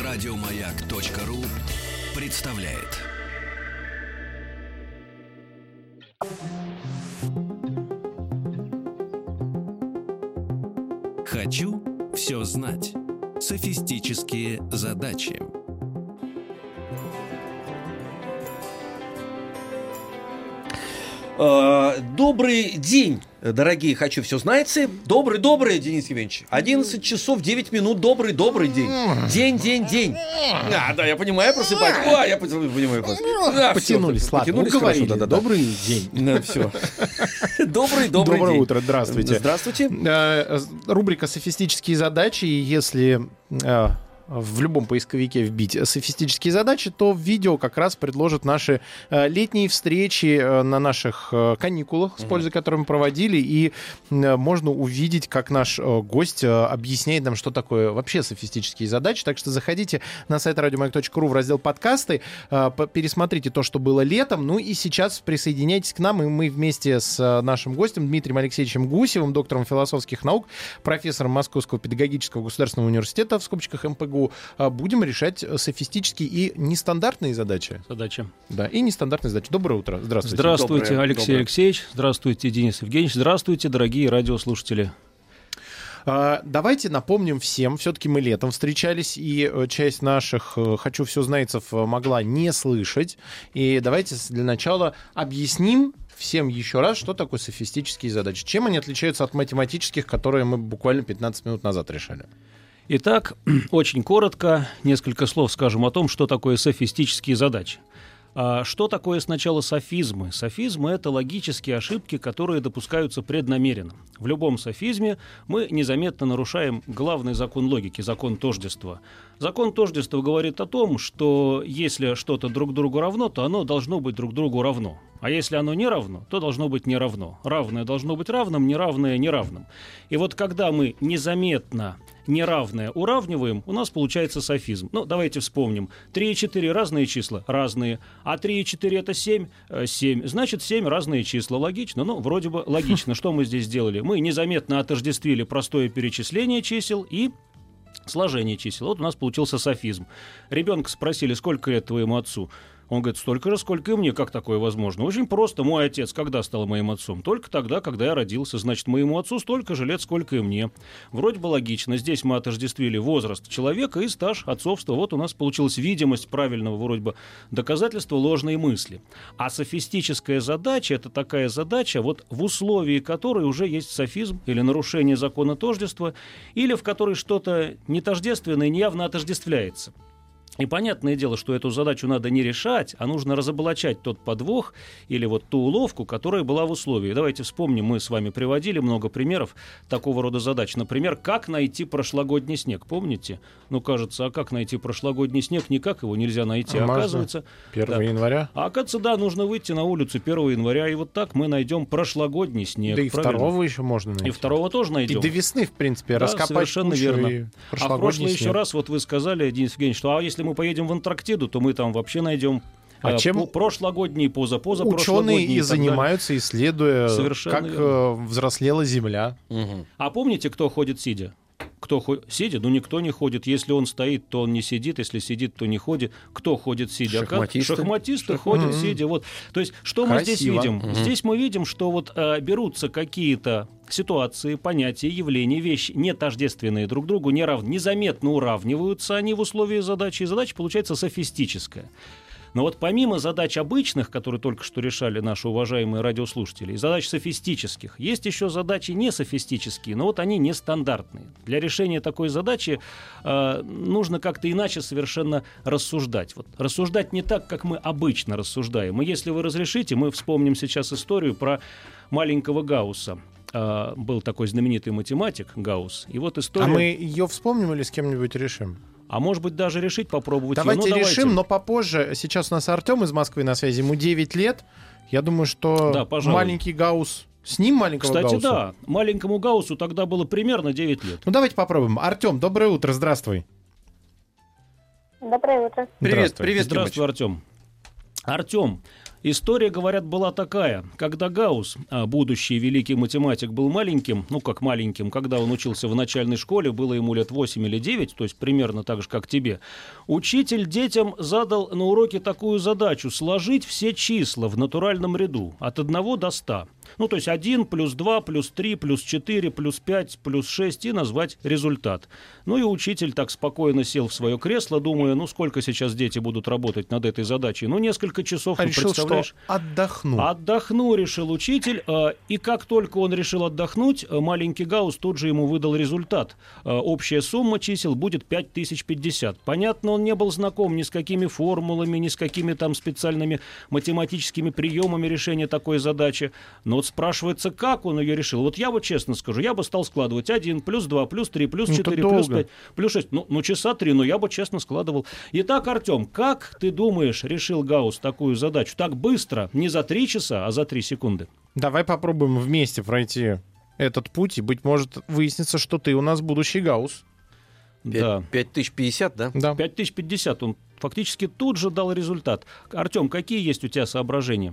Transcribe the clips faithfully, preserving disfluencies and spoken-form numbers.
Радиомаяк.ру представляет. Хочу все знать. Софистические задачи. Добрый день, дорогие «Хочу все знайцы». Добрый-добрый, Денис Евгеньевич. одиннадцать часов девять минут. Добрый-добрый день. День, день, день. А, да, я понимаю, просыпаюсь. О, я понимаю. Да, потянулись, все, ладно, потянулись, уговорили. хорошо, да, да, Добрый день. да, все. Добрый, добрый Доброе день. утро, здравствуйте. Здравствуйте. Э, Рубрика «Софистические задачи». И если э, в любом поисковике вбить «софистические задачи», то в видео как раз предложат наши э, летние встречи э, на наших э, каникулах, с пользой которых мы проводили. И э, можно увидеть, как наш э, гость э, объясняет нам, что такое вообще софистические задачи. Так что заходите на сайт радиомаяк точка ру в раздел «Подкасты», э, пересмотрите то, что было летом. Ну и сейчас присоединяйтесь к нам, и мы вместе с э, нашим гостем Дмитрием Алексеевичем Гусевым, доктором философских наук, профессором Московского педагогического государственного университета, в скобочках эм пэ гэ у, будем решать софистические и нестандартные задачи. Задачи. Да, и нестандартные задачи. Доброе утро. Здравствуйте. Здравствуйте, Доброе, Алексей доброе. Алексеевич. Здравствуйте, Денис Евгеньевич. Здравствуйте, дорогие радиослушатели. А, Давайте напомним всем, все-таки мы летом встречались, и э, часть наших э, «Хочу все знайцев» могла не слышать. И давайте с- для начала объясним всем еще раз, что такое софистические задачи. Чем они отличаются от математических, которые мы буквально пятнадцать минут назад решали? Итак, очень коротко, несколько слов скажем о том, что такое софистические задачи. А что такое сначала софизмы? Софизмы — это логические ошибки, которые допускаются преднамеренно. В любом софизме мы незаметно нарушаем главный закон логики, закон тождества. Закон тождества говорит о том, что если что-то друг другу равно, то оно должно быть друг другу равно. А если оно не равно, то должно быть не равно. Равное должно быть равным, неравное — неравным. И вот когда мы незаметно неравное уравниваем, у нас получается софизм. Ну, давайте вспомним. три и четыре разные числа? Разные. А три и четыре это семь? семь. Значит, семь разные числа. Логично? Ну, вроде бы логично. Что мы здесь сделали? Мы незаметно отождествили простое перечисление чисел и сложение чисел. Вот у нас получился софизм. Ребенка спросили, сколько лет твоему отцу? Он говорит, столько же, сколько и мне. Как такое возможно? Очень просто. Мой отец когда стал моим отцом? Только тогда, когда я родился. Значит, моему отцу столько же лет, сколько и мне. Вроде бы логично. Здесь мы отождествили возраст человека и стаж отцовства. Вот у нас получилась видимость правильного вроде бы доказательства ложной мысли. А софистическая задача — это такая задача, вот в условии которой уже есть софизм или нарушение закона тождества, или в которой что-то нетождественное неявно отождествляется. И понятное дело, что эту задачу надо не решать, а нужно разоблачать тот подвох или вот ту уловку, которая была в условии. Давайте вспомним, мы с вами приводили много примеров такого рода задач. Например, как найти прошлогодний снег, помните? Ну, кажется, а как найти прошлогодний снег? Никак его нельзя найти, А оказывается. первого да. января? А оказывается, да, нужно выйти на улицу первого января, и вот так мы найдем прошлогодний снег. Да и правильно? второго еще можно найти. И второго тоже найдем. И до весны, в принципе, Да, раскопать совершенно кучу верно. и А в прошлогодний прошлое снег. еще раз вот вы сказали, Денис Евгеньевич, что а если мы поедем в Антарктиду, то мы там вообще найдем А э, чем по- прошлогодние, позапоза Ученые и так далее. занимаются, исследуя, Совершенно как верно. э, взрослела Земля. Мгм. А помните, кто ходит сидя? Кто хо- сидя? Ну, никто не ходит. Если он стоит, то он не сидит. Если сидит, то не ходит. Кто ходит сидя? Шахматисты. Шахматисты Шах- ходят Мгм. сидя. Вот. То есть, что мы здесь Красиво. видим? Мгм. Здесь мы видим, что вот э, берутся какие-то ситуации, понятия, явления, вещи, не тождественные друг другу, не рав... незаметно уравниваются они в условиях задачи, и задача получается софистическая. Но вот помимо задач обычных, которые только что решали наши уважаемые радиослушатели, и задач софистических, есть еще задачи не софистические, но вот они нестандартные. Для решения такой задачи э, нужно как-то иначе совершенно рассуждать. Вот, рассуждать не так, как мы обычно рассуждаем. И если вы разрешите, мы вспомним сейчас историю про маленького Гаусса. Э, был такой знаменитый математик Гаусс. И вот история... А мы ее вспомним или с кем-нибудь решим? А может быть, даже решить, попробовать Давайте её? Ну, решим, но попозже. Сейчас у нас Артем из Москвы на связи, ему девять лет. Я думаю, что Да, пожалуй. маленький Гаусс... С ним маленького Кстати, Гаусса? да, маленькому Гауссу тогда было примерно девять лет. Ну, давайте попробуем. Артем, доброе утро, здравствуй. Доброе утро. Привет, Здравствуй. привет, Здравствуй, Артем. Артем, История, говорят, была такая. Когда Гаусс, а будущий великий математик, был маленьким, ну как маленьким, когда он учился в начальной школе, было ему лет восемь или девять, то есть примерно так же, как тебе, учитель детям задал на уроке такую задачу: сложить все числа в натуральном ряду от одного до ста. Ну, то есть один плюс два плюс три плюс четыре плюс пять плюс шесть и назвать результат. Ну и учитель так спокойно сел в свое кресло, думая, ну сколько сейчас дети будут работать над этой задачей? Ну, несколько часов, А ну, решил, представляешь? что отдохну. Отдохну, решил учитель, э, и как только он решил отдохнуть, э, маленький Гаусс тут же ему выдал результат. Э, Общая сумма чисел будет пять тысяч пятьдесят. Понятно, он не был знаком ни с какими формулами, ни с какими там специальными математическими приемами решения такой задачи. Но вот спрашивается, как он ее решил. Вот я вот честно скажу, я бы стал складывать один плюс два плюс три плюс Ну, четыре это плюс долго. пять плюс шесть. Ну, ну, часа три, но я бы честно складывал. Итак, Артем, как ты думаешь, решил Гаусс такую задачу? Так быстро, не за три часа, а за три секунды. Давай попробуем вместе пройти этот путь, и, быть может, выяснится, что ты у нас будущий Гаусс. Да. пять тысяч пятьдесят, да? Да. пять тысяч пятьдесят, он фактически тут же дал результат. Артем, какие есть у тебя соображения?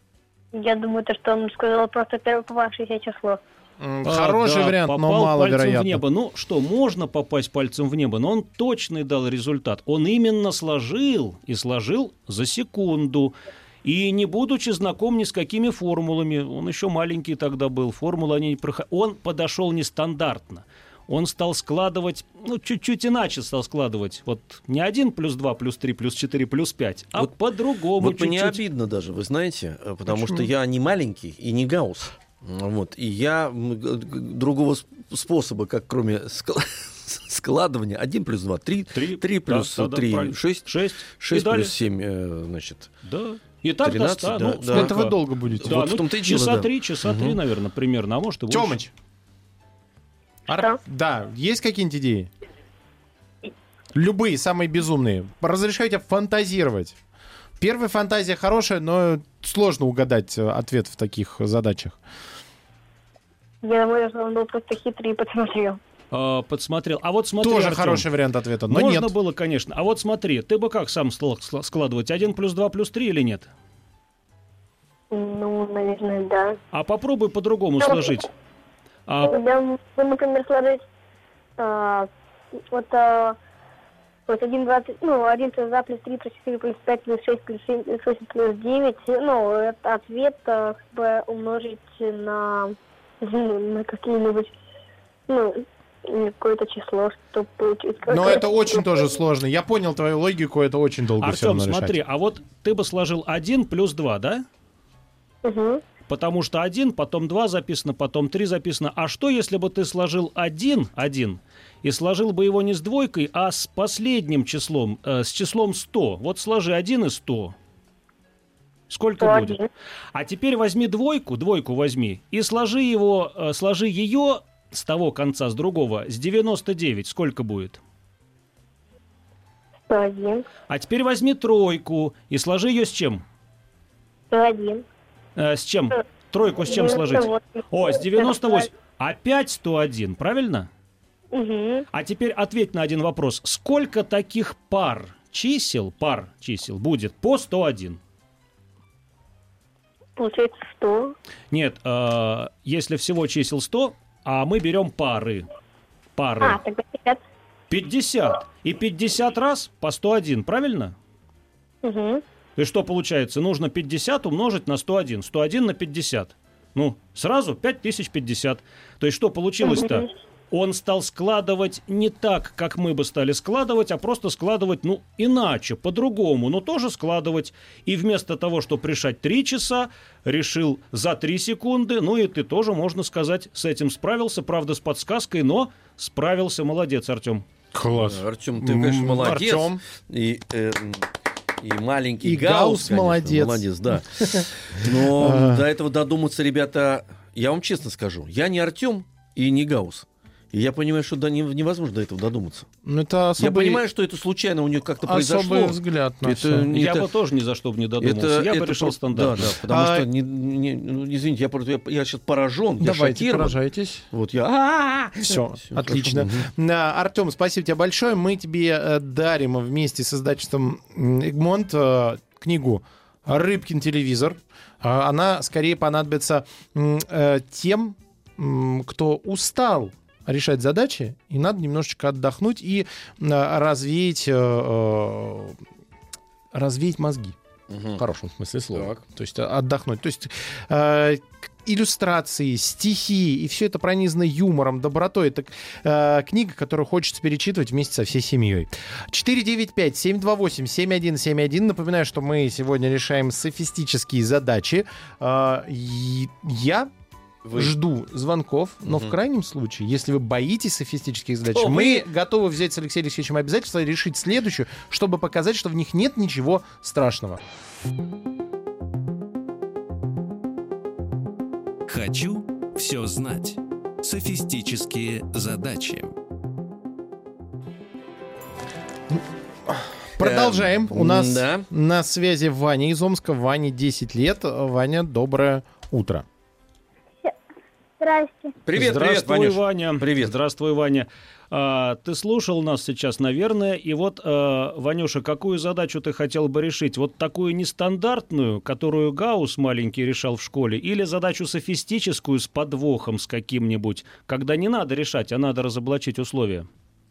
Я думаю, то, что он сказал просто первоклассное число. М, А, Хороший да, вариант, попал но пальцем маловероятно. в небо. Ну что, можно попасть пальцем в небо, но он точно дал результат. Он именно сложил, и сложил за секунду. И не будучи знаком ни с какими формулами, он еще маленький тогда был, формулы они не проходили, он подошел нестандартно. Он стал складывать, ну, чуть-чуть иначе стал складывать. Вот не один плюс два плюс три плюс четыре плюс пять, а Вот- по-другому Вот мне чуть-чуть. обидно даже, вы знаете, э, потому Почему? что я не маленький и не Гаусс. Вот. И я м, г- г- другого сп- способа, как кроме скла- складывания, один плюс два, три, Три, три плюс да, да, да, три, правильно. шесть, Шесть. шесть И далее. плюс семь, э, значит. Да. И так тринадцать, до ста. да, Ну, да. сколько? Это вы долго будете. Да, Вот ну, в том-то и дело, часа да. три, часа три, наверное, примерно, а может и больше. Тёмыч. Ар- Что? Да, есть какие-нибудь идеи? Любые, самые безумные. Разрешаю тебе фантазировать. Первая фантазия хорошая, но сложно угадать э, ответ в таких задачах. Я думаю, что он был просто хитрый и посмотрел. А, подсмотрел. А вот смотри, Тоже Артём, хороший вариант ответа, но можно нет. было, конечно. А вот смотри, ты бы как сам стал сла- складывать? один плюс два плюс три или нет? Ну, наверное, да. А попробуй по-другому сложить. А, Я могу, например, сложить а, вот, а, вот один, два, три, ну, один плюс два плюс три плюс четыре плюс пять плюс шесть плюс семь плюс восемь плюс девять. Ну, это ответ а, как бы умножить на, ну, на какие-нибудь, ну, какое-то число, чтобы получить. Но какое-то это очень число. тоже сложно. Я понял твою логику, это очень долго все Артем, равно смотри, решать. а вот ты бы сложил один плюс два, да? Мгм. Потому что один, потом два записано, потом три записано. А что, если бы ты сложил один, один, и сложил бы его не с двойкой, а с последним числом, э, с числом сто? Вот сложи один и сто. Сколько сто будет? один. А теперь возьми двойку, двойку возьми, и сложи его, э, сложи ее с того конца, с другого, с девяносто девять. Сколько будет? сто один. А теперь возьми тройку и сложи ее с чем? сто один. Э, с чем? Тройку с чем сложить? девяносто восемь. О, с девяносто восемь. Опять сто один, правильно? Мгм. А теперь ответь на один вопрос. Сколько таких пар чисел, пар чисел будет по сто один? Получается сто. Нет, э, если всего чисел сто, а мы берем пары. Пары. А, тогда пятьдесят. пятьдесят. И пятьдесят раз по сто один, правильно? Угу. И что получается? Нужно пятьдесят умножить на сто один. сто один на пятьдесят. Ну, сразу пять тысяч пятьдесят. То есть что получилось-то? Он стал складывать не так, как мы бы стали складывать, а просто складывать, ну, иначе, по-другому, но тоже складывать. И вместо того, чтобы решать три часа, решил за три секунды. Ну, и ты тоже, можно сказать, с этим справился. Правда, с подсказкой, но справился. Молодец, Артем. Класс. Артем, ты, конечно, М, молодец. Артём. И, э, и маленький И Гаусс, Гаусс конечно, молодец. молодец, да. Но до этого додуматься, ребята, я вам честно скажу, я не Артем и не Гаусс. И я понимаю, что да, не- невозможно до этого додуматься. Ну, это особый, Я понимаю, что это случайно у нее как-то особый произошло. взгляд на Это всё. не- Я это- бы тоже ни за что бы не додумался. Я бы решил просто- стандарт. Да, да, потому А- что, не, не- ну, извините, я, просто- я, сейчас поражен, я Давайте, шокирован. поражайтесь. Вот я... а-а-а! Все, Всё, отлично. хорошо. Мгм. А, Артем, спасибо тебе большое. Мы тебе э, дарим вместе с издательством м, Egmont э, книгу Рыбкин телевизор. А, Она скорее понадобится м, э, тем, м, кто устал решать задачи, и надо немножечко отдохнуть и э, развеять, э, э, развеять мозги. В хорошем смысле слова. Так. То есть э, отдохнуть. То есть э, к- иллюстрации, стихи, и все это пронизано юмором, добротой. Это э, книга, которую хочется перечитывать вместе со всей семьей. четыре девять пять семь два восемь семь один семь один. Напоминаю, что мы сегодня решаем софистические задачи. Э, и я Вы- жду звонков, но Мгм. в крайнем случае, если вы боитесь софистических задач, То мы готовы взять с Алексеем Алексеевичем обязательства и решить следующую, чтобы показать, что в них нет ничего страшного. Хочу все знать. Софистические задачи. Продолжаем. У нас да. на связи Ваня из Омска. Ване десять лет. Ваня, доброе утро. Здрасте. Привет, привет, Здравствуй, Ванюш. Ваня. Привет. Здравствуй, Ваня. А, ты слушал нас сейчас, наверное, и вот, а, Ванюша, какую задачу ты хотел бы решить? Вот такую нестандартную, которую Гаусс маленький решал в школе, или задачу софистическую с подвохом с каким-нибудь, когда не надо решать, а надо разоблачить условия?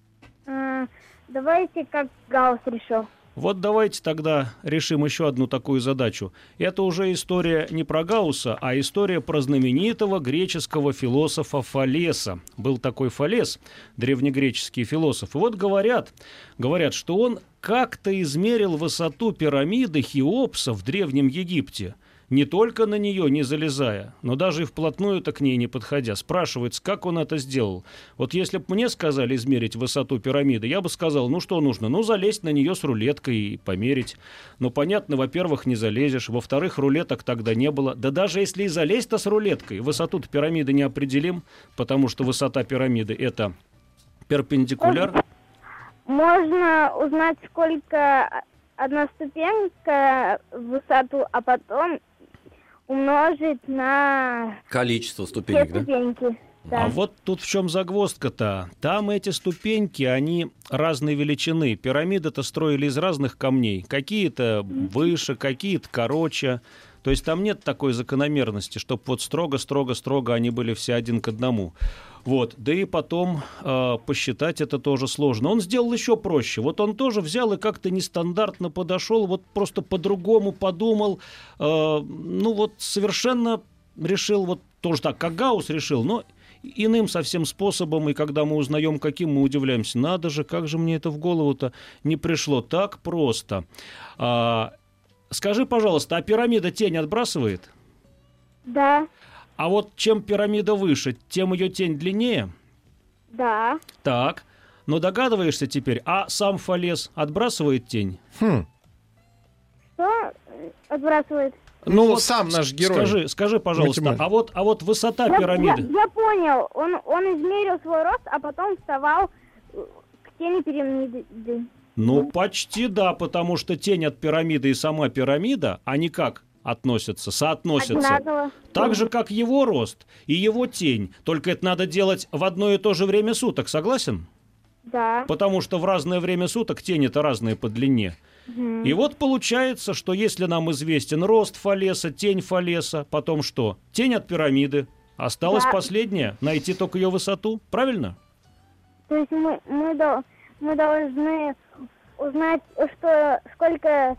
М, Давайте как Гаусс решил. Вот давайте тогда решим еще одну такую задачу. Это уже история не про Гаусса, а история про знаменитого греческого философа Фалеса. Был такой Фалес, древнегреческий философ. И вот говорят, говорят, что он как-то измерил высоту пирамиды Хеопса в Древнем Египте. Не только на нее не залезая, но даже и вплотную-то к ней не подходя. Спрашивается, как он это сделал. Вот если бы мне сказали измерить высоту пирамиды, я бы сказал, ну что нужно? Ну, залезть на нее с рулеткой и померить. Но понятно, во-первых, не залезешь, во-вторых, рулеток тогда не было. Да даже если и залезть-то с рулеткой, высоту пирамиды не определим, потому что высота пирамиды — это перпендикуляр. Можно узнать, сколько одна ступенька в высоту, а потом умножить на Количество все ступенек, да? ступеньки. Да. А вот тут в чем загвоздка-то. Там эти ступеньки, они разной величины. Пирамиды-то строили из разных камней. Какие-то выше, какие-то короче. То есть там нет такой закономерности, чтобы вот строго-строго-строго они были все один к одному. Вот. Да и потом э, посчитать это тоже сложно. Он сделал еще проще. Вот он тоже взял и как-то нестандартно подошел, вот просто по-другому подумал. Э, ну вот совершенно решил, вот тоже так, как Гаусс решил, но иным совсем способом. И когда мы узнаем, каким, мы удивляемся. Надо же, как же мне это в голову-то не пришло. Так просто. А, скажи, пожалуйста, а пирамида тень отбрасывает? Да, А вот чем пирамида выше, тем ее тень длиннее? да. Так. Но догадываешься теперь, а сам Фалес отбрасывает тень? Хм. Что отбрасывает? Ну, вот сам наш с- герой. Скажи, скажи, пожалуйста, Математик. а вот, а вот высота Я, пирамиды? я- я понял. Он, он измерил свой рост, а потом вставал э, к тени пирамиды. Ну, почти да, потому что тень от пирамиды и сама пирамида, они как относятся, соотносятся? Одинаково. Так же, как его рост и его тень. Только это надо делать в одно и то же время суток, согласен? Да. Потому что в разное время суток тени-то разные по длине. Мгм. И вот получается, что если нам известен рост Фалеса, тень Фалеса, потом что? Тень от пирамиды. Осталось Да. последнее, найти только ее высоту. Правильно? То есть мы, мы, дол- мы должны узнать, что сколько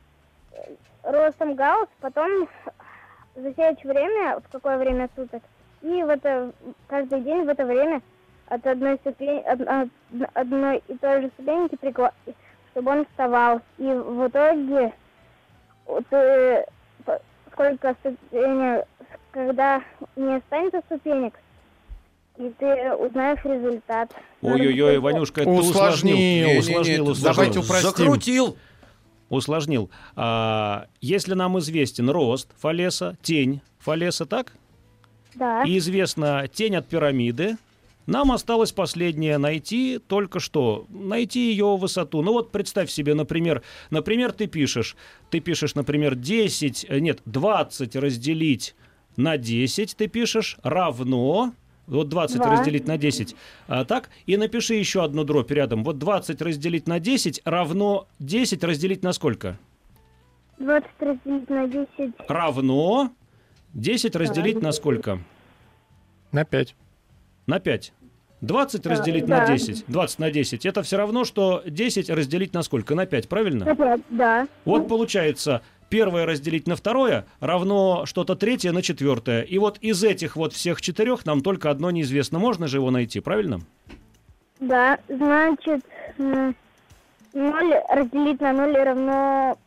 ростом Гаусс, потом засечь время, в какое время суток, и в это каждый день в это время от одной ступени, от, от одной и той же ступеньки прикла- чтобы он вставал. И в итоге вот, э, по- сколько ступенек, когда не останется ступенек, и ты узнаешь результат. Ой-ой-ой, Ванюшка, это ты Усложнил. усложнил. Не-не-не, Усложнил, это усложнил. давайте упростим. Закрутил. Усложнил. А, если нам известен рост Фалеса, тень Фалеса, так? Да. И известна тень от пирамиды, нам осталось последнее — найти только что, найти ее высоту. Ну вот представь себе, например, например, ты пишешь, ты пишешь, например, десять, э, нет, двадцать разделить на десять, ты пишешь, равно, вот двадцать Два. разделить на десять, а, так, и напиши еще одну дробь рядом. Вот двадцать разделить на десять равно десять разделить на сколько? двадцать разделить на десять. Равно десять разделить на сколько? На пять. На пять. двадцать разделить да. на десять. двадцать на десять. Это все равно, что десять разделить на сколько? На пять, правильно? На пять, да. Вот получается, первое разделить на второе равно что-то третье на четвертое. И вот из этих вот всех четырех нам только одно неизвестно. Можно же его найти, правильно? Да, значит, м, ноль разделить на ноль равно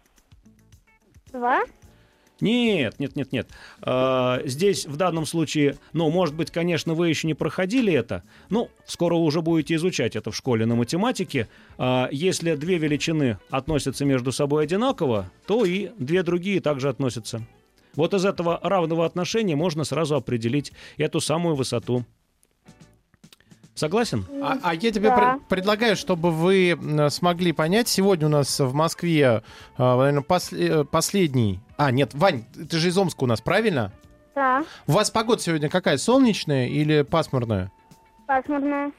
два. Нет, нет, нет, нет. А, здесь в данном случае, ну, может быть, конечно, вы еще не проходили это, ну, скоро вы уже будете изучать это в школе на математике. А, если две величины относятся между собой одинаково, то и две другие также относятся. Вот из этого равного отношения можно сразу определить эту самую высоту. Согласен? А, а я тебе Да. пред- предлагаю, чтобы вы м, смогли понять, сегодня у нас в Москве, а, наверное, после- последний... А, нет, Вань, ты же из Омска у нас, правильно? Да, У вас погода сегодня какая, солнечная или пасмурная? пасмурная.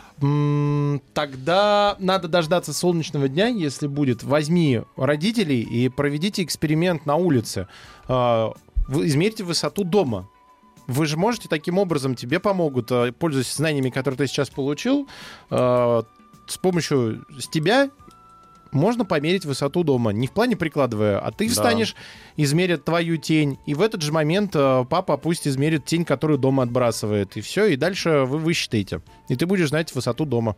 М, Тогда надо дождаться солнечного дня, если будет. Возьми родителей и проведите эксперимент на улице. А, вы измерьте высоту дома. Вы же можете таким образом, тебе помогут, а, пользуясь знаниями, которые ты сейчас получил, а, с помощью с тебя можно померить высоту дома. Не в плане прикладывая, а ты Да. встанешь, измерят твою тень, и в этот же момент а, папа пусть измерит тень, которую дома отбрасывает. И все, и дальше вы высчитаете. И ты будешь знать высоту дома.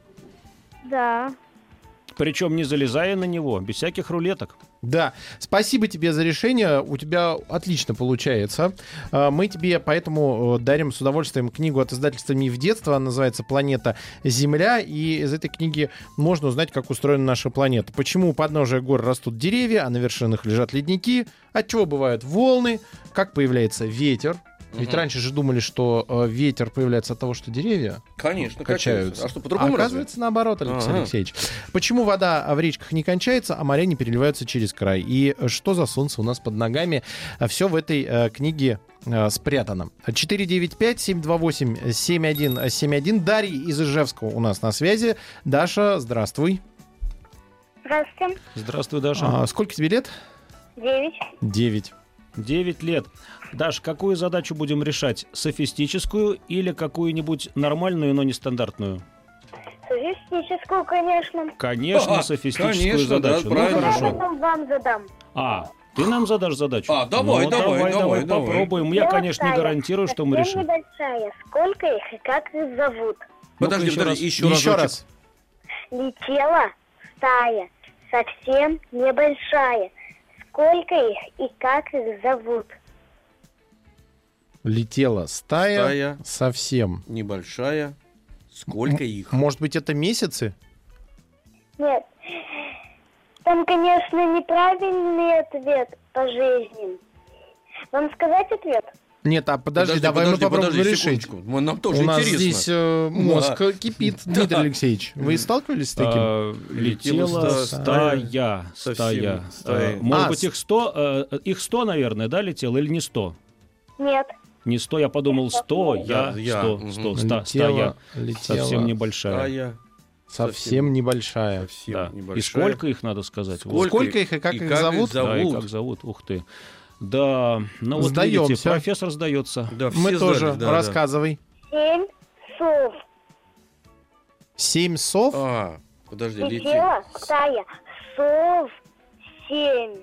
Да. Причем не залезая на него, без всяких рулеток. Да, спасибо тебе за решение, у тебя отлично получается. А, Мы тебе поэтому э, дарим с удовольствием книгу от издательства «Миф детства», она называется «Планета Земля», и из этой книги можно узнать, как устроена наша планета. Почему у подножия гор растут деревья, а на вершинах лежат ледники, от чего бывают волны, как появляется ветер. Ведь Мгм. раньше же думали, что э, ветер появляется от того, что деревья Конечно, качаются. качаются. А что, А по-другому разве? оказывается, наоборот, Алексей Ага. Алексеевич. Почему вода в речках не кончается, а моря не переливаются через край? И что за солнце у нас под ногами? Все в этой э, книге э, спрятано. четыре девять пять семь два восемь семь один семь один. Дарья из Ижевска у нас на связи. Даша, здравствуй. Здравствуйте. Здравствуй, Даша. А, сколько тебе лет? Девять. Девять. Девять лет. Даш, какую задачу будем решать? Софистическую или какую-нибудь нормальную, но нестандартную? Софистическую, конечно. Конечно, А, софистическую конечно, да, задачу. Ну, правильно. Я хорошо. потом вам задам. А, ты нам задашь задачу? А, давай, Ну, давай, давай, давай, давай. попробуем. Я, конечно, не Стая гарантирую, что мы совсем решим. небольшая. Сколько их и как их зовут? Подожди, Ну-ка, еще подожди, раз. еще, Еще разочек. раз. Летела стая совсем небольшая. Сколько их и как их зовут? Летела стая, Стая. совсем. Небольшая. Сколько их? Может быть, это месяцы? Нет. Там, конечно, неправильный ответ по жизни. Вам сказать ответ? Нет, а подожди, давай подожди, мы попробуем подожди, решить. секундочку. Мы- Нам тоже У нас интересно. здесь э, мозг кипит, Дмитрий Да. Алексеевич. Вы сталкивались с таким? А, Летела Летела стая. совсем Стая. стая. А, Может А, быть, с- их сто, э, их сто, наверное, да, летело или не сто? Нет. Не сто, я подумал сто, я, Да, я, сто, мгм. сто, ста- стая. Летела, летела, Совсем небольшая. Стая. совсем небольшая. Совсем Да. небольшая. И сколько их надо сказать? Сколько, Вот. Сколько их и как их зовут? Да, и как зовут, ух ты. Да, ну вот Сдаемся. видите, профессор сдается. Да, все Мы тоже. сдались, да, да. Рассказывай. Семь сов. Семь сов? А, подожди, летела. Летела стая сов. Семь.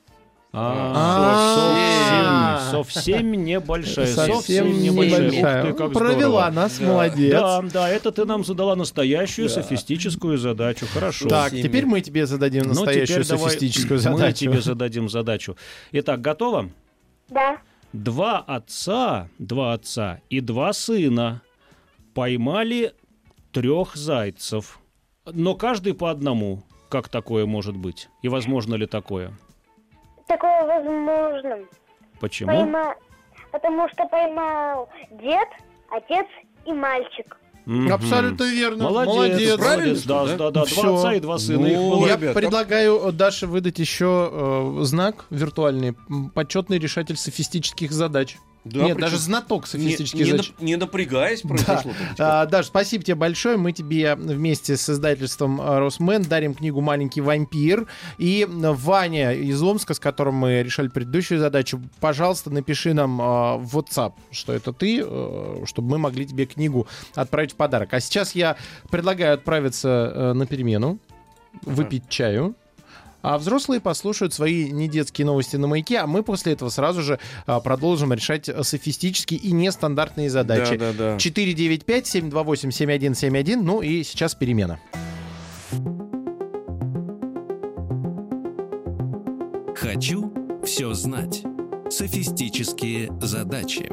А, А. совсем, совсем небольшая. Совсем небольшая. небольшая. Ух ты, как Провела здорово. нас, молодец. Да, да, это ты нам задала настоящую софистическую задачу. Хорошо. Так, Семь. теперь мы тебе зададим Ну, настоящую теперь давай софистическую мы задачу. тебе зададим задачу. Итак, готово? Да. Два отца, два отца и два сына поймали трех зайцев. Но каждый по одному. Как такое может быть? И возможно ли такое? Такое возможно. Почему? Пойма... Потому что поймал дед, отец и мальчик. Мгм. Абсолютно верно. Молодец, Молодец. Правильно, молодец. Да, да? да, да, Всё. два отца и два сына. Их Ну, было- Я ребят, предлагаю Даше выдать еще э, знак виртуальный, м, почетный решатель софистических задач. Да, Нет, причем даже знаток софистических не, не, задач. нап- не напрягаясь, произошло. Да. А, Даш, спасибо тебе большое. Мы тебе вместе с издательством «Росмен» дарим книгу «Маленький вампир». И Ваня из Омска, с которым мы решали предыдущую задачу, пожалуйста, напиши нам э, в WhatsApp, что это ты, э, чтобы мы могли тебе книгу отправить в подарок. А сейчас я предлагаю отправиться э, на перемену, выпить чаю. А взрослые послушают свои недетские новости на «Маяке», а мы после этого сразу же а, продолжим решать софистические и нестандартные задачи. Да, да, да. четыре девять пять семь два восемь семь один семь один. Ну и сейчас перемена. Хочу все знать. Софистические задачи.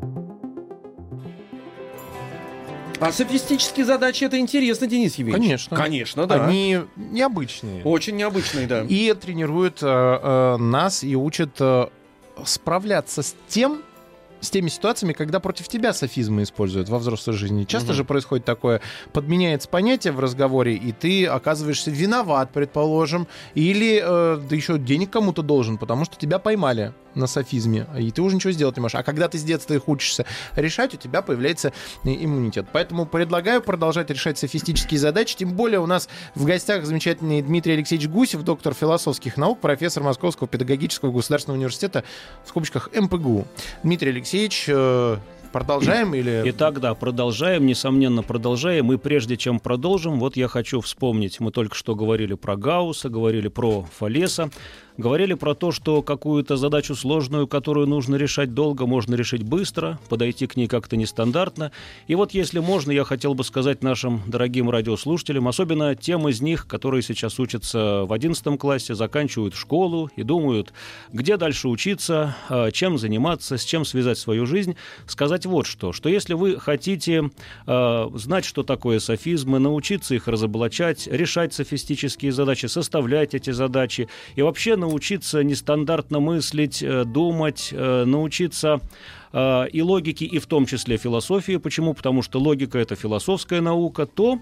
А софистические задачи — это интересно, Денис Евгеньевич? Конечно. Конечно, да. Они необычные. Очень необычные, да. И тренируют э, э, нас и учат э, справляться с тем, с теми ситуациями, когда против тебя софизмы используют во взрослой жизни. Часто Мгм. же происходит такое, подменяется понятие в разговоре, и ты оказываешься виноват, предположим, или э, да еще денег кому-то должен, потому что тебя поймали на софизме, и ты уже ничего сделать не можешь. А когда ты с детства их учишься решать, у тебя появляется э, иммунитет. Поэтому предлагаю продолжать решать софистические задачи, тем более у нас в гостях замечательный Дмитрий Алексеевич Гусев, доктор философских наук, профессор Московского педагогического государственного университета, в скобочках эм пэ гэ у. Дмитрий Алексеевич, э, продолжаем или... Итак, да, продолжаем, несомненно, продолжаем. И прежде чем продолжим, вот я хочу вспомнить, мы только что говорили про Гаусса, говорили про Фалеса, говорили про то, что какую-то задачу сложную, которую нужно решать долго, можно решить быстро, подойти к ней как-то нестандартно. И вот, если можно, я хотел бы сказать нашим дорогим радиослушателям, особенно тем из них, которые сейчас учатся в одиннадцатом классе, заканчивают школу и думают, где дальше учиться, чем заниматься, с чем связать свою жизнь, сказать вот что, что если вы хотите э, знать, что такое софизмы, научиться их разоблачать, решать софистические задачи, составлять эти задачи и вообще научиться нестандартно мыслить, э, думать, э, научиться э, и логике, и в том числе философии. Почему? Потому что логика — это философская наука, то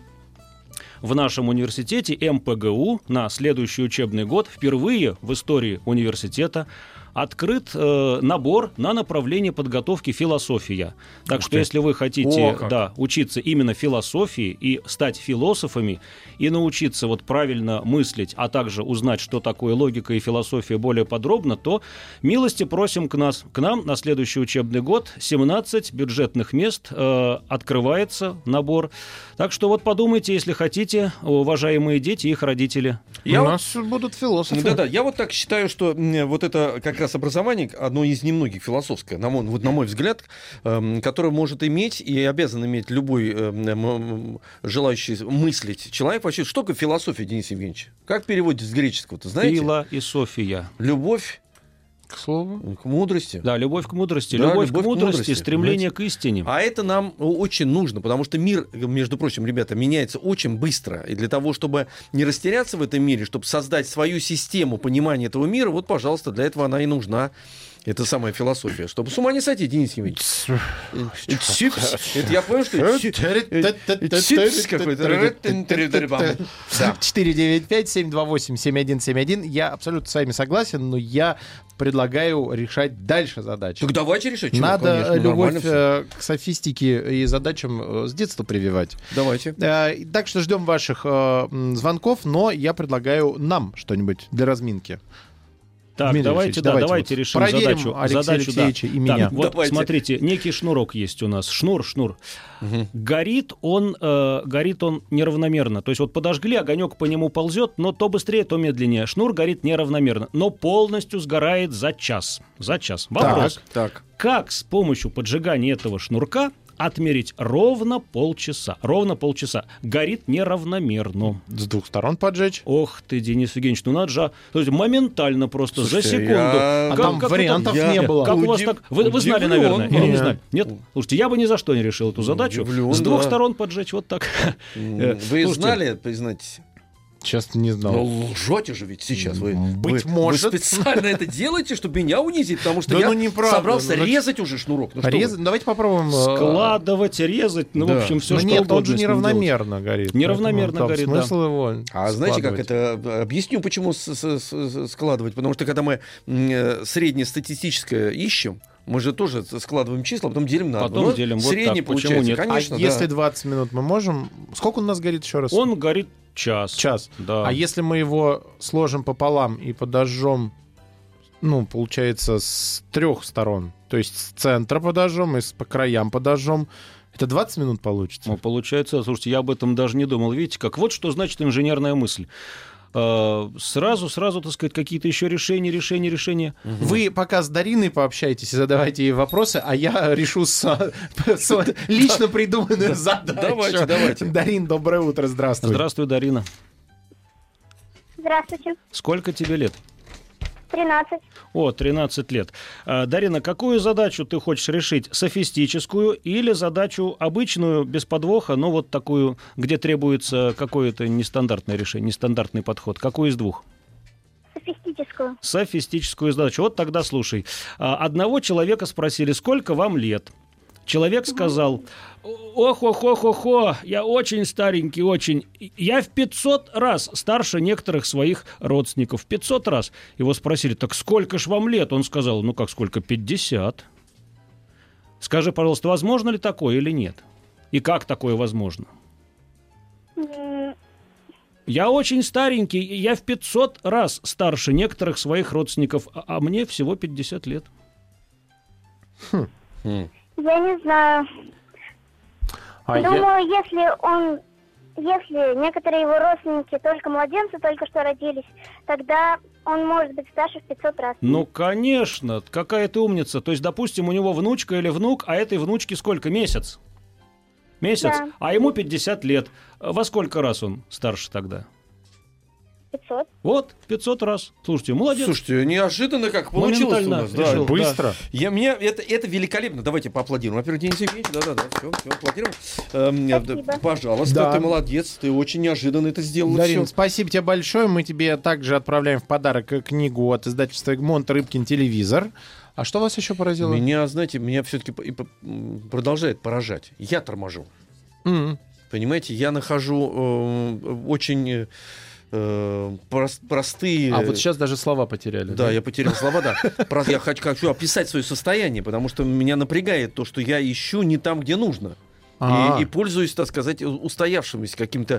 в нашем университете эм пэ гэ у на следующий учебный год впервые в истории университета открыт э, набор на направление подготовки философия. Так Ух что ты. если вы хотите О, как. да, учиться именно философии и стать философами, и научиться вот правильно мыслить, а также узнать, что такое логика и философия более подробно, то милости просим к, нас, к нам на следующий учебный год. семнадцать бюджетных мест, э, открывается набор. Так что вот подумайте, если хотите, уважаемые дети и их родители. Я У вот- нас будут философы. Да-да, я вот так считаю, что м, вот это как раз образование, одно из немногих философское, на мой, вот на мой взгляд, эм, которое может иметь и обязан иметь любой эм, эм, желающий мыслить человек. Вообще, что такое философия, Денис Евгеньевич? Как переводится с греческого-то, знаете? Фила и София. Любовь К слову. к мудрости. Да, любовь к мудрости. Да, любовь, любовь к к мудрости, мудрости, стремление понимаете? к истине. А это нам очень нужно, потому что мир, между прочим, ребята, меняется очень быстро. И для того, чтобы не растеряться в этом мире, чтобы создать свою систему понимания этого мира, вот, пожалуйста, для этого она и нужна. Это самая философия. Чтобы с ума не сойти, Денис Евгеньевич. Чипс. Это я понял, что это чипс какой-то. Да. четыре девять пять семь два восемь семь один семь один. Я абсолютно с вами согласен, но я предлагаю решать дальше задачи. Так давайте решать. Чего? Надо Конечно, любовь нормально всё. э, к софистике и задачам э, с детства прививать. Давайте. Э, Так что ждем ваших э, м, звонков, но я предлагаю нам что-нибудь для разминки. Так, Дмитрий давайте, Алексеевич, да, давайте давайте вот решим проверим задачу. Алексея задачу, да. Алексеевича и Так, меня. вот Давайте. смотрите, некий шнурок есть у нас. Шнур, шнур. Мгм. Горит он, э, горит он неравномерно. То есть вот подожгли, огонек по нему ползет, но то быстрее, то медленнее. Шнур горит неравномерно, но полностью сгорает за час. За час. Вопрос. Так. Как с помощью поджигания этого шнурка отмерить ровно полчаса? Ровно полчаса. Горит неравномерно. С двух сторон поджечь. Ох ты, Денис Евгеньевич, ну надо же, то есть моментально просто, Слушайте, за секунду. я- А там это- вариантов я- не было. Как у вас Удив- так? Вы, вы знали, удивлен. наверное, или не Нет. знали? Нет? Слушайте, я бы ни за что не решил эту задачу. Удивлен, С двух да. сторон поджечь, вот так. Э, Вы слушайте, знали, признайтесь? Честно, не знал. Ну, лжете же ведь сейчас. Вы, Быть вы- может. Вы специально это делаете, чтобы меня унизить, потому что Да я ну, неправда. собрался Ну, резать уже шнурок. Ну, что вы. Резать? Давайте попробуем. э, складывать, резать, ну, Да. в общем, все Ну что нет, угодно он же с ним неравномерно горит. Неравномерно поэтому там горит, смысл его А знаете, как складывать. это? Объясню, почему с- с- с- складывать. Потому что когда мы м, э, среднестатистическое ищем, Мы же тоже складываем числа, потом делим на Потом одно. делим вот Средний так. Почему получается, нет? конечно, а да. если двадцать минут мы можем... Сколько у нас горит еще раз? Он горит час. Час. Да. А если мы его сложим пополам и подожжем, ну, получается, с трех сторон, то есть с центра подожжем и с, по краям подожжем, это двадцать минут получится? Ну, получается, слушайте, я об этом даже не думал. Видите, как вот что значит инженерная мысль. Э, Сразу, сразу, так сказать, какие-то еще решения, решения, решения. Вы пока с Дариной пообщайтесь и задавайте ей вопросы, а я решу с, с лично придуманную задачу. Давайте, давайте. Дарин, доброе утро, здравствуй. Здравствуй, Дарина. Здравствуйте. Сколько тебе лет? тринадцать. О, тринадцать лет. А, Дарина, какую задачу ты хочешь решить? Софистическую или задачу обычную, без подвоха, но вот такую, где требуется какое-то нестандартное решение, нестандартный подход? Какую из двух? Софистическую. Софистическую задачу. Вот тогда слушай. А, Одного человека спросили, сколько вам лет? Человек сказал: ох-ох-ох-ох-ох, я очень старенький, очень. Я в пятьсот раз старше некоторых своих родственников. В пятьсот раз. Его спросили: так сколько ж вам лет? Он сказал: ну как сколько? пятьдесят. Скажи, пожалуйста, возможно ли такое или нет? И как такое возможно? М, Я очень старенький, и я в пятьсот раз старше некоторых своих родственников, а, а мне всего пятьдесят лет. М. Я не знаю. А я- Думаю, если он... Если некоторые его родственники только младенцы, только что родились, тогда он может быть старше в пятьсот раз. Ну, конечно, какая ты умница. То есть, допустим, у него внучка или внук, а этой внучке сколько? Месяц? Месяц? Да. А ему пятьдесят лет. Во сколько раз он старше тогда? пятьсот. Вот, пятьсот раз. Слушайте, молодец. Слушайте, неожиданно как получилось у Моментально нас. Да. решил. Быстро. Я, меня, это, это великолепно. Давайте поаплодируем. Во-первых, Денис Евгеньевич, да-да-да, все, все, аплодируем. Эм, Спасибо. да, пожалуйста, Да. ты молодец, ты очень неожиданно это сделал. Дарин, всё. спасибо тебе большое. Мы тебе также отправляем в подарок книгу от издательства «Эгмонт» «Рыбкин телевизор». А что вас еще поразило? Меня, знаете, меня все-таки продолжает поражать. Я торможу. М. Понимаете, я нахожу э, очень э, прос- простые... А вот сейчас даже слова потеряли. Да, я потерял слова, да. Просто я хочу, хочу описать свое состояние, потому что меня напрягает то, что я ищу не там, где нужно. А. И, и пользуюсь, так сказать, устоявшимися каким-то...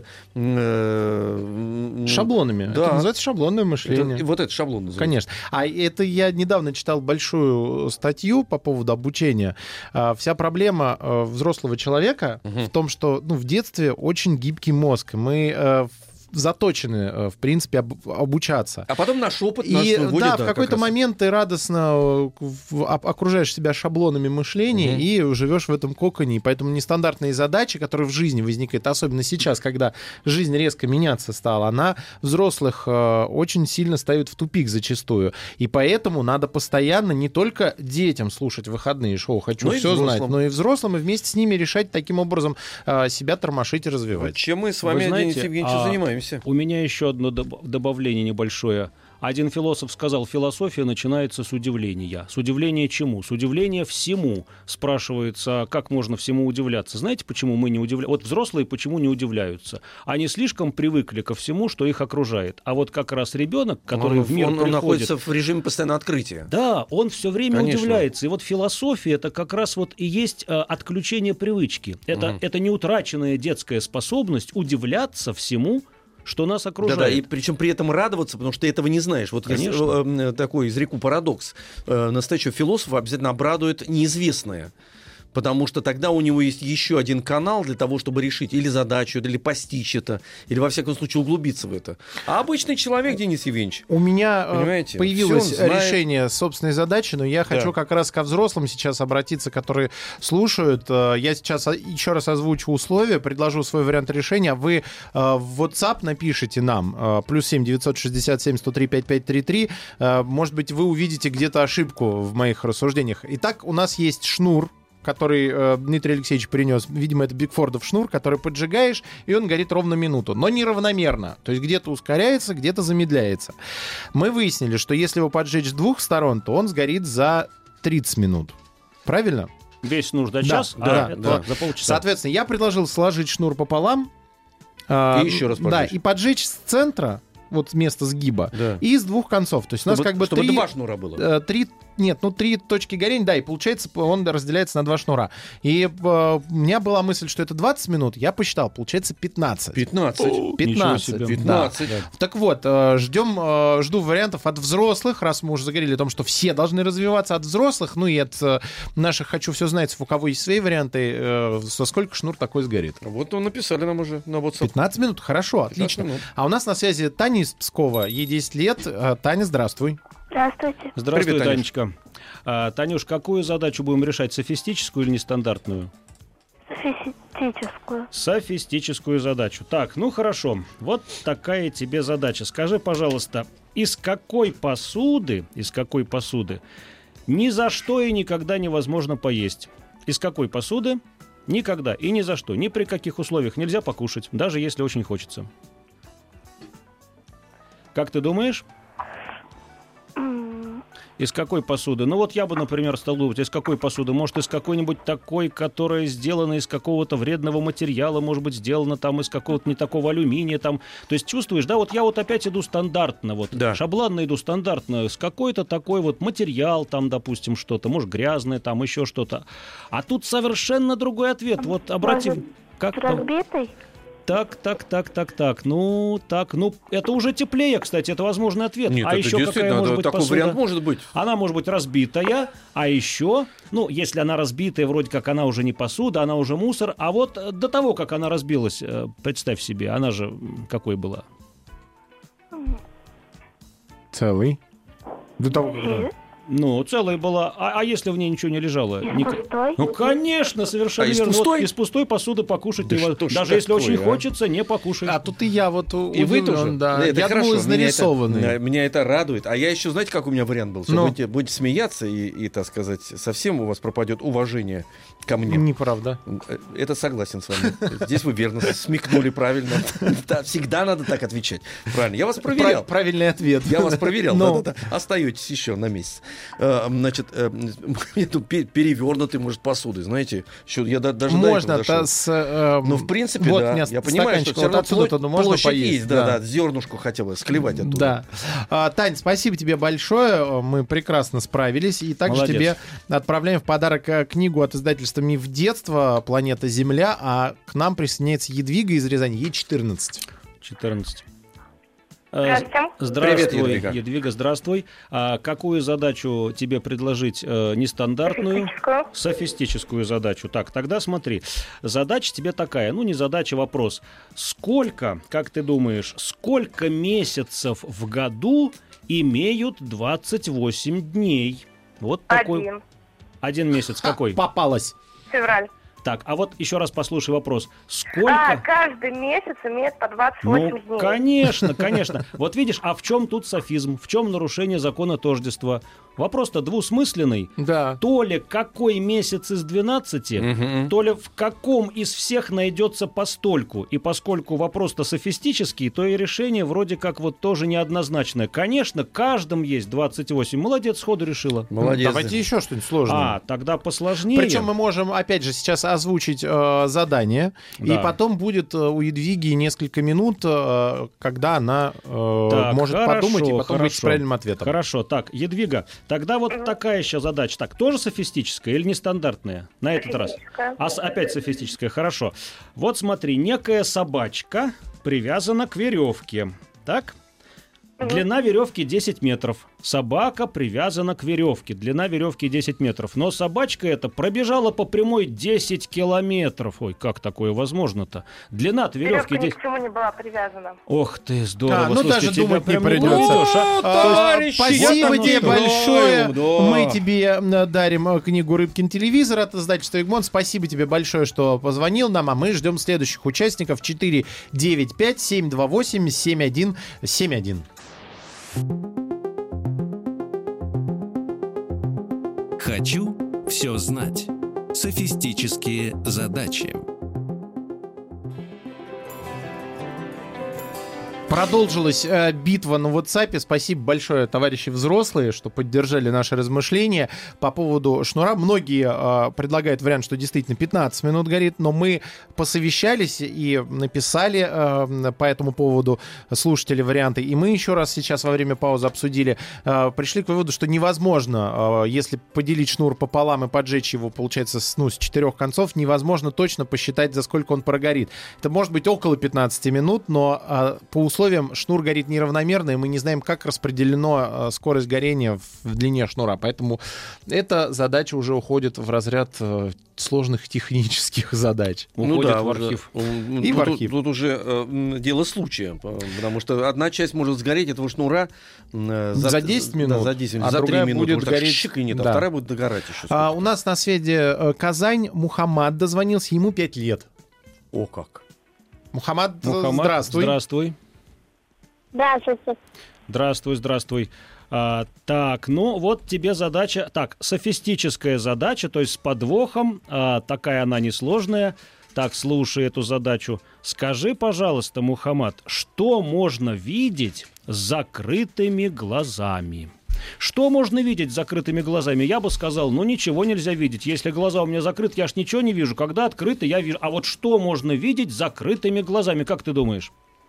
э, Шаблонами. Да. Это называется шаблонное мышление. Это- вот этот шаблон называется. Конечно. А это я недавно читал большую статью по поводу обучения. А, Вся проблема э, взрослого человека Мгм. в том, что ну, в детстве очень гибкий мозг. Мы э, в- заточены, э, в принципе, об- обучаться. А потом наш опыт нас И выводит, да, в как какой-то раз. момент ты радостно э, в- об- окружаешь себя шаблонами мышления Мгм. и живешь в этом коконе. И поэтому нестандартные задачи, которые в жизни возникают, особенно сейчас, когда жизнь резко меняться стала, она взрослых э, очень сильно ставит в тупик зачастую. И поэтому надо постоянно не только детям слушать выходные шоу «Хочу Но и все знать», взрослым. но и взрослым, и вместе с ними решать таким образом э, себя тормошить и Вот развивать. чем мы с вами, Вы знаете, Денис Евгеньевич, а- занимаемся. У меня еще одно доб- добавление небольшое. Один философ сказал: философия начинается с удивления. С удивления чему? С удивления всему. Спрашивается, а как можно всему удивляться? Знаете, почему мы не удивляемся? Вот взрослые почему не удивляются? Они слишком привыкли ко всему, что их окружает. А вот как раз ребенок, который он, в мир он- он приходит... находится в режиме постоянного открытия. Да, он все время Конечно. удивляется. И вот философия — это как раз вот и есть э, отключение привычки. Это, Мгм. это неутраченная детская способность удивляться всему, что нас окружает. Да-да, и причем при этом радоваться, потому что ты этого не знаешь. Вот я Конечно. э, э, такой изреку парадокс. Э, Настоящего философа обязательно обрадует неизвестное. Потому что тогда у него есть еще один канал для того, чтобы решить или задачу, или постичь это, или, во всяком случае, углубиться в это. А обычный человек, Денис Евгеньевич, У меня э, Понимаете, появилось всё он знает. решение собственной задачи, но я хочу как раз ко взрослым сейчас обратиться, которые слушают. Э, Я сейчас о- еще раз озвучу условия, предложу свой вариант решения. Вы э, в WhatsApp напишите нам э, плюс семь девятьсот шестьдесят семь сто три пятьдесят пять тридцать три. Э, Может быть, вы увидите где-то ошибку в моих рассуждениях. Итак, у нас есть шнур, который э, Дмитрий Алексеевич принес. Видимо, это Бигфордов шнур, который поджигаешь, и он горит ровно минуту, но неравномерно. То есть где-то ускоряется, где-то замедляется. Мы выяснили, что если его поджечь с двух сторон, то он сгорит за тридцать минут. Правильно? Весь нужно Да, час, да, а это да. за полчаса. Соответственно, я предложил сложить шнур пополам. а, И еще раз Да, поджечь. и поджечь с центра вот место сгиба, Да. и с двух концов. То есть у нас Чтобы- как бы чтобы три... два шнура было. э, Три, нет, ну три точки горения, да, и получается он разделяется на два шнура. И э, у меня была мысль, что это двадцать минут, я посчитал, получается пятнадцать. пятнадцать. Ничего пятнадцать. себе. пятнадцать. Да. Так вот, э, ждем, э, жду вариантов от взрослых, раз мы уже заговорили о том, что все должны развиваться, от взрослых, ну и от э, наших «Хочу все знать», у кого есть свои варианты, э, со сколько шнур такой сгорит. Вот он написали нам уже на WhatsApp. пятнадцать минут, хорошо, отлично. минут. А у нас на связи Таня из Пскова, ей десять лет. Э, Таня, здравствуй. Здравствуйте. Здравствуй, Привет, Танюш. Танечка. А, Танюш, какую задачу будем решать, софистическую или нестандартную? Софистическую. Софистическую задачу. Так, ну хорошо. Вот такая тебе задача. Скажи, пожалуйста, из какой посуды, из какой посуды ни за что и никогда невозможно поесть? Из какой посуды никогда и ни за что, ни при каких условиях нельзя покушать, даже если очень хочется? Как ты думаешь? Из какой посуды? Ну вот я бы, например, стал думать, из какой посуды? Может, из какой-нибудь такой, которая сделана из какого-то вредного материала, может быть, сделана там из какого-то не такого алюминия там. То есть чувствуешь, да, вот я вот опять иду стандартно, вот Да. шаблонно иду стандартно, с какой-то такой вот материал там, допустим, что-то, может, грязное там, еще что-то. А тут совершенно другой ответ. Вот обрати... Может, Как С там? разбитой? Так, так, так, так, так. Ну, так, ну, это уже теплее, кстати, это возможный ответ. Нет, а это еще какая действительно, может да, быть такой посуда? вариант может быть. Она может быть разбитая, а еще, ну, если она разбитая, вроде как она уже не посуда, она уже мусор. А вот э, до того, как она разбилась, э, представь себе, она же м, какой была? Целый. До того, когда... Ну, целая была. А, а если в ней ничего не лежало? Из Ник- пустой? Ну, конечно, совершенно А из верно. Вот пустой? из пустой посуды покушать Да ты его- что ж даже если такое, очень а? хочется, не покушаешь. А тут и я вот у- И вы удивлен, тоже? да. Это Я хорошо. думал, Меня это- нарисованный. Меня, меня это радует. А я еще, знаете, как у меня вариант был? Что Ну. будете, будете смеяться, и, и, так сказать, совсем у вас пропадет уважение ко мне. Неправда. Это согласен с вами. Здесь вы верно смекнули правильно. Да, всегда надо так отвечать. Правильно. Я вас проверял. Прав- Правильный ответ. Я вас проверял, Ну. да-да-да. Остаетесь еще на месяц. Э, Значит, э, эту пе- перевернутый, может, посуды, знаете, еще я да- даже до Можно, этого дошел. то с... э, Ну, в принципе, вот да. у меня Я понимаю, что стаканчик все вот равно отсюда-то, ну, можно площадь поесть. есть, да, да, зернышку хотела склевать оттуда. Да. А, Тань, спасибо тебе большое. Мы прекрасно справились. И также Молодец. тебе отправляем в подарок э, книгу от издательства «Миф детства. Планета Земля». А к нам присоединяется Едвига из Рязани. Ей четырнадцать. четырнадцать. Э, Здравствуйте. Здравствуй, Привет, Едвига. Едвига, здравствуй. А какую задачу тебе предложить? Э, нестандартную? Софистическую. Софистическую задачу. Так, тогда смотри. Задача тебе такая, ну не задача, вопрос. Сколько, как ты думаешь, сколько месяцев в году имеют двадцать восемь дней? Вот такой. Один. Один месяц какой? Попалась. Февраль. Так, а вот еще раз послушай вопрос. А, Сколько... каждый месяц имеет по двадцать восемь Ну, дней. конечно, конечно. Вот видишь, а в чем тут софизм? В чем нарушение закона тождества? Вопрос-то двусмысленный. Да. То ли какой месяц из двенадцати, Мгм. то ли в каком из всех найдется постольку. И поскольку вопрос-то софистический, то и решение вроде как вот тоже неоднозначное. Конечно, каждом есть двадцать восемь. Молодец, сходу решила. Молодец. Давайте еще что-нибудь сложное. А, тогда посложнее. Причем мы можем, опять же, сейчас озвучить э, задание, Да. и потом будет э, у Едвиги несколько минут, э, когда она э, Так, может хорошо, подумать и потом быть с хорошо. правильным ответом. Хорошо, так, Едвига, тогда вот такая еще задача. Так, тоже софистическая или нестандартная на этот раз? Софистическая. А с- опять софистическая, хорошо. Вот смотри, некая собачка привязана к веревке. Так? Длина веревки десять метров. Собака привязана к веревке. Длина веревки десять метров. Но собачка эта пробежала по прямой десять километров. Ой, как такое возможно-то? Длина-то веревки Веревка ни десять... к чему не была привязана. Ох ты, здорово. А, ну Слушайте, даже тебя думать не прям придется. найдешь, а? Ну, А, товарищи, я Спасибо так тебе знаю, большое. да. Мы тебе э, дарим э, книгу «Рыбкин телевизор» от издательства «Эгмонт». Спасибо тебе большое, что позвонил нам, а мы ждем следующих участников. четыре девять пять семь два восемь семь один семь один. «Хочу все знать». Софистические задачи. Продолжилась э, битва на WhatsApp. Спасибо большое, товарищи взрослые, что поддержали наши размышления по поводу шнура. Многие э, предлагают вариант, что действительно пятнадцать минут горит, но мы посовещались и написали э, по этому поводу слушатели варианты. И мы еще раз сейчас во время паузы обсудили, э, пришли к выводу, что невозможно, э, если поделить шнур пополам и поджечь его, получается, с, ну, с четырех концов, невозможно точно посчитать, за сколько он прогорит. Это может быть около пятнадцати минут, но э, по условиям шнур горит неравномерно, и мы не знаем, как распределена скорость горения в длине шнура. Поэтому эта задача уже уходит в разряд сложных технических задач. Ну Уходит да, в уже, архив. И тут, в архив. Тут, тут уже э, дело случая, потому что одна часть может сгореть этого шнура э, за, За десять минут, да, за, десять, а за три другая минуты. будет Может, так гореть- щикнет, да. а вторая будет догорать еще. А, у нас на связи э, Казань. Мухаммад дозвонился, ему пять лет. О как. Мухаммад, э, Мухаммад, здравствуй. здравствуй. Да, слушай. Здравствуй, здравствуй. А, так, ну вот тебе задача. Так, софистическая задача, то есть с подвохом. А, такая она несложная. Так, слушай эту задачу. Скажи, пожалуйста, Мухаммад, что можно видеть с закрытыми глазами? Что можно видеть с закрытыми глазами? Я бы сказал, ну ничего нельзя видеть. Если глаза у меня закрыты, я ж ничего не вижу. Когда открыты, я вижу. А вот что можно видеть с закрытыми глазами? Как ты думаешь?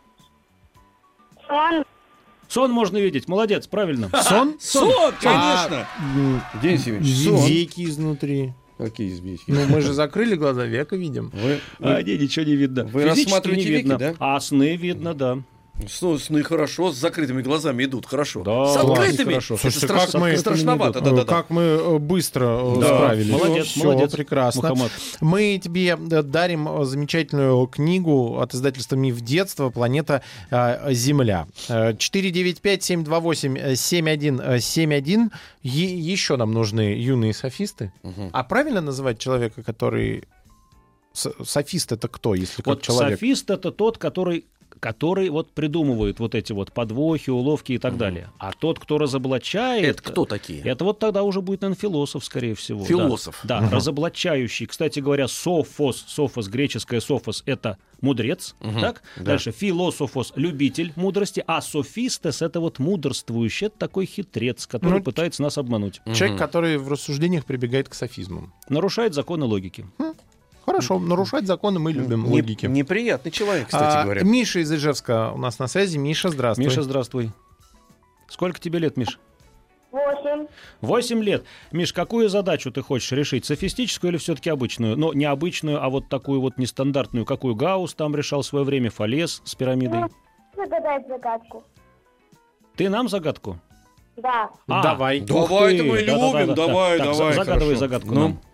Сон. Сон можно видеть. Молодец, правильно. Сон? Сон, конечно. М, Денис Евгеньевич, сон. Веки изнутри. Какие известия? Ну, мы же закрыли глаза, века видим. Вы, А, вы- не, ничего не видно. Вы Физически рассматриваете не веки, видно. да? А сны видно, да. сны, сны хорошо, с закрытыми глазами идут, хорошо. Да, с класс, открытыми. хорошо. Это Слушайте, страш- как мы- страшновато, Э, да-да-да. Как мы э, быстро э, Да, справились. молодец, Всё, молодец, прекрасно. Мухаммад. Мы тебе э, дарим э, замечательную книгу от издательства «Миф детства. Планета э, Земля». Э, четыре девять пять семь два восемь семь один семь один. Е- еще нам нужны юные софисты. Мгм. А правильно называть человека, который... С- Софист — это кто, если как Вот человек? софист — это тот, который, который вот придумывает вот эти вот подвохи, уловки и так далее. А тот, кто разоблачает... Это кто такие? Это вот тогда уже будет, наверное, философ, скорее всего. да. Философ. Да, разоблачающий. Кстати говоря, софос, софос, греческое софос — это мудрец. Так? Дальше философос — любитель мудрости. А софистес — это вот мудрствующий. Это такой хитрец, который Ну, пытается нас обмануть. Человек, который в рассуждениях прибегает к софизмам. Нарушает законы логики. Хорошо, нарушать законы мы любим, Не- логики. Неприятный человек, кстати А, говоря. Миша из Ижевска у нас на связи. Миша, здравствуй. Миша, здравствуй. Сколько тебе лет, Миш? Восемь. Восемь лет. Миш, какую задачу ты хочешь решить? Софистическую или все-таки обычную? Но не обычную, а вот такую вот нестандартную. Какую Гаусс там решал в свое время? Фалес с пирамидой? Загадать загадку. Ты нам загадку? Да. А, Давай. ух Давай, ты. это мы Да-да-да-да. любим, давай, Так, давай, Загадывай хорошо. загадку Ну. нам.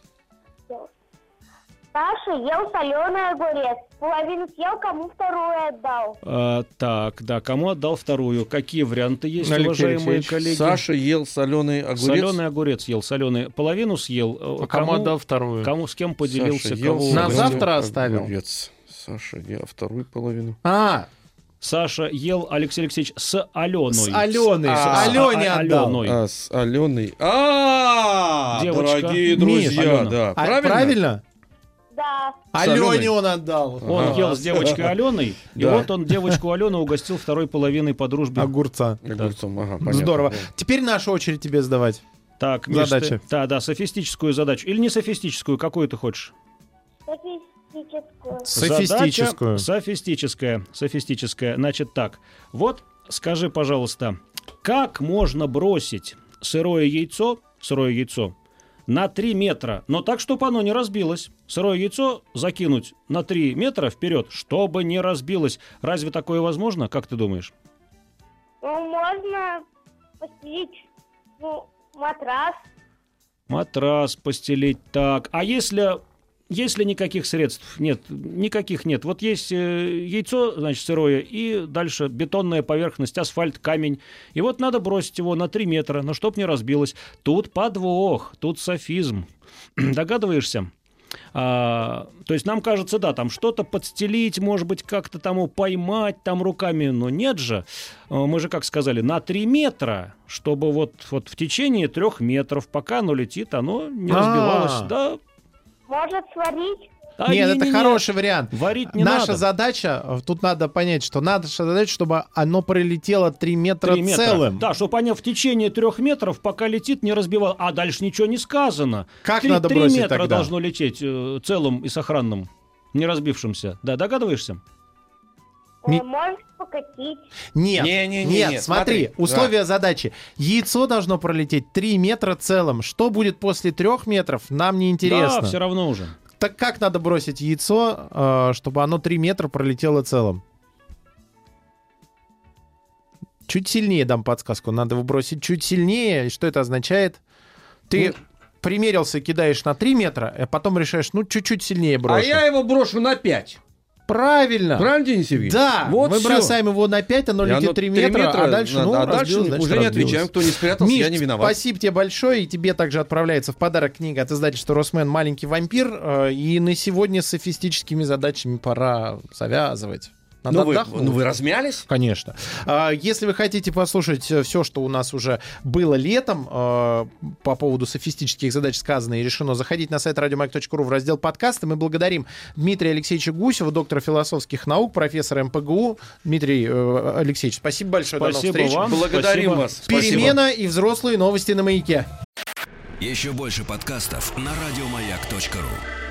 Саша ел соленый огурец. Половину съел, кому вторую отдал. А, так, да, кому отдал вторую? Какие варианты есть, Алексей уважаемые Алексеевич, коллеги? Саша ел соленый огурец. Соленый огурец ел, соленый. Половину съел. А кому отдал вторую? Кому с кем поделился? Саша ел кого На соленый угостил? завтра оставил. огурец. Саша ел вторую половину. А, Саша ел, Алексей Алексеевич, с Аленой. с Аленой. А, с Алене а- отдал. Аленой. А, с Аленой. А, Девочка. дорогие Миш, друзья, Алена. да. А, Правильно? правильно? Да. С Аленой. Алене он отдал. Он Ага. ел с девочкой Аленой, и Да. вот он девочку Алену угостил второй половиной по дружбе. Огурца. Огурцом, ага, понятно. Здорово. Да. Теперь наша очередь тебе сдавать. Так, Миш, Задача. ты- да, да, софистическую задачу. Или не софистическую, какую ты хочешь? Софистическую. Софистическую. Задача софистическая. Софистическая. Значит так, вот скажи, пожалуйста, как можно бросить сырое яйцо, сырое яйцо на три метра, но так, чтобы оно не разбилось. Сырое яйцо закинуть на три метра вперед, чтобы не разбилось. Разве такое возможно? Как ты думаешь? Ну, можно постелить, ну, матрас. Матрас постелить так. А если, если никаких средств нет, никаких нет. Вот есть э, яйцо, значит, сырое, и дальше бетонная поверхность, асфальт, камень. И вот надо бросить его на три метра, но чтоб не разбилось. Тут подвох, тут софизм. Догадываешься? А, то есть нам кажется, да, там что-то подстелить, может быть, как-то там его поймать там руками, но нет же. А, Мы же, как сказали, на три метра, чтобы вот, вот в течение трех метров, пока оно летит, оно не А. разбивалось. Да, Может сварить. А, Нет, не, это не, не. хороший вариант. Варить не Наша надо. задача, э, тут надо понять, что наша задача, чтобы оно пролетело три метра Три метра. целым. Да, чтобы они в течение трех метров, пока летит, не разбивал. А дальше ничего не сказано. Как Три- надо три бросить метра тогда? должно лететь э, целым и сохранным, не разбившимся. Да, догадываешься? Ми- Э, Можешь покатить. Нет, Не, не, не, нет, не, смотри, смотри. условия задачи. Яйцо должно пролететь три метра целым. Что будет после трех метров, нам не интересно. Да, все равно уже. Так как надо бросить яйцо, э, чтобы оно три метра пролетело целым? Чуть сильнее дам подсказку. Надо его бросить чуть сильнее. И что это означает? Ты примерился, кидаешь на три метра, а потом решаешь, ну, чуть-чуть сильнее А брошу. я его брошу на пять. Правильно. Правильно, Денис Евгеньевич? Да, вот мы всё. бросаем его на пять, оно И летит оно три три метра, метра, а дальше, а- ну, а дальше разбилось, значит, уже не разбилось. отвечаем. Кто не спрятался, Миш, я не виноват. спасибо тебе большое, и тебе также отправляется в подарок книга от издательства «Росмен. Маленький вампир». э, И на сегодня с софистическими задачами пора завязывать. Надо Ну вы, отдохнуть. ну вы размялись? Конечно. А, Если вы хотите послушать все, что у нас уже было летом э, по поводу софистических задач сказано и решено, заходите на сайт радиомаяк точка ру в раздел подкасты. Мы благодарим Дмитрия Алексеевича Гусева, доктора философских наук, профессора эм пэ гэ у. Дмитрий э, Алексеевич, спасибо большое. Спасибо До новых встреч. вам. Благодарим Спасибо. вас. Спасибо. Перемена и взрослые новости на Маяке. Еще больше подкастов на радиомаяк точка ру.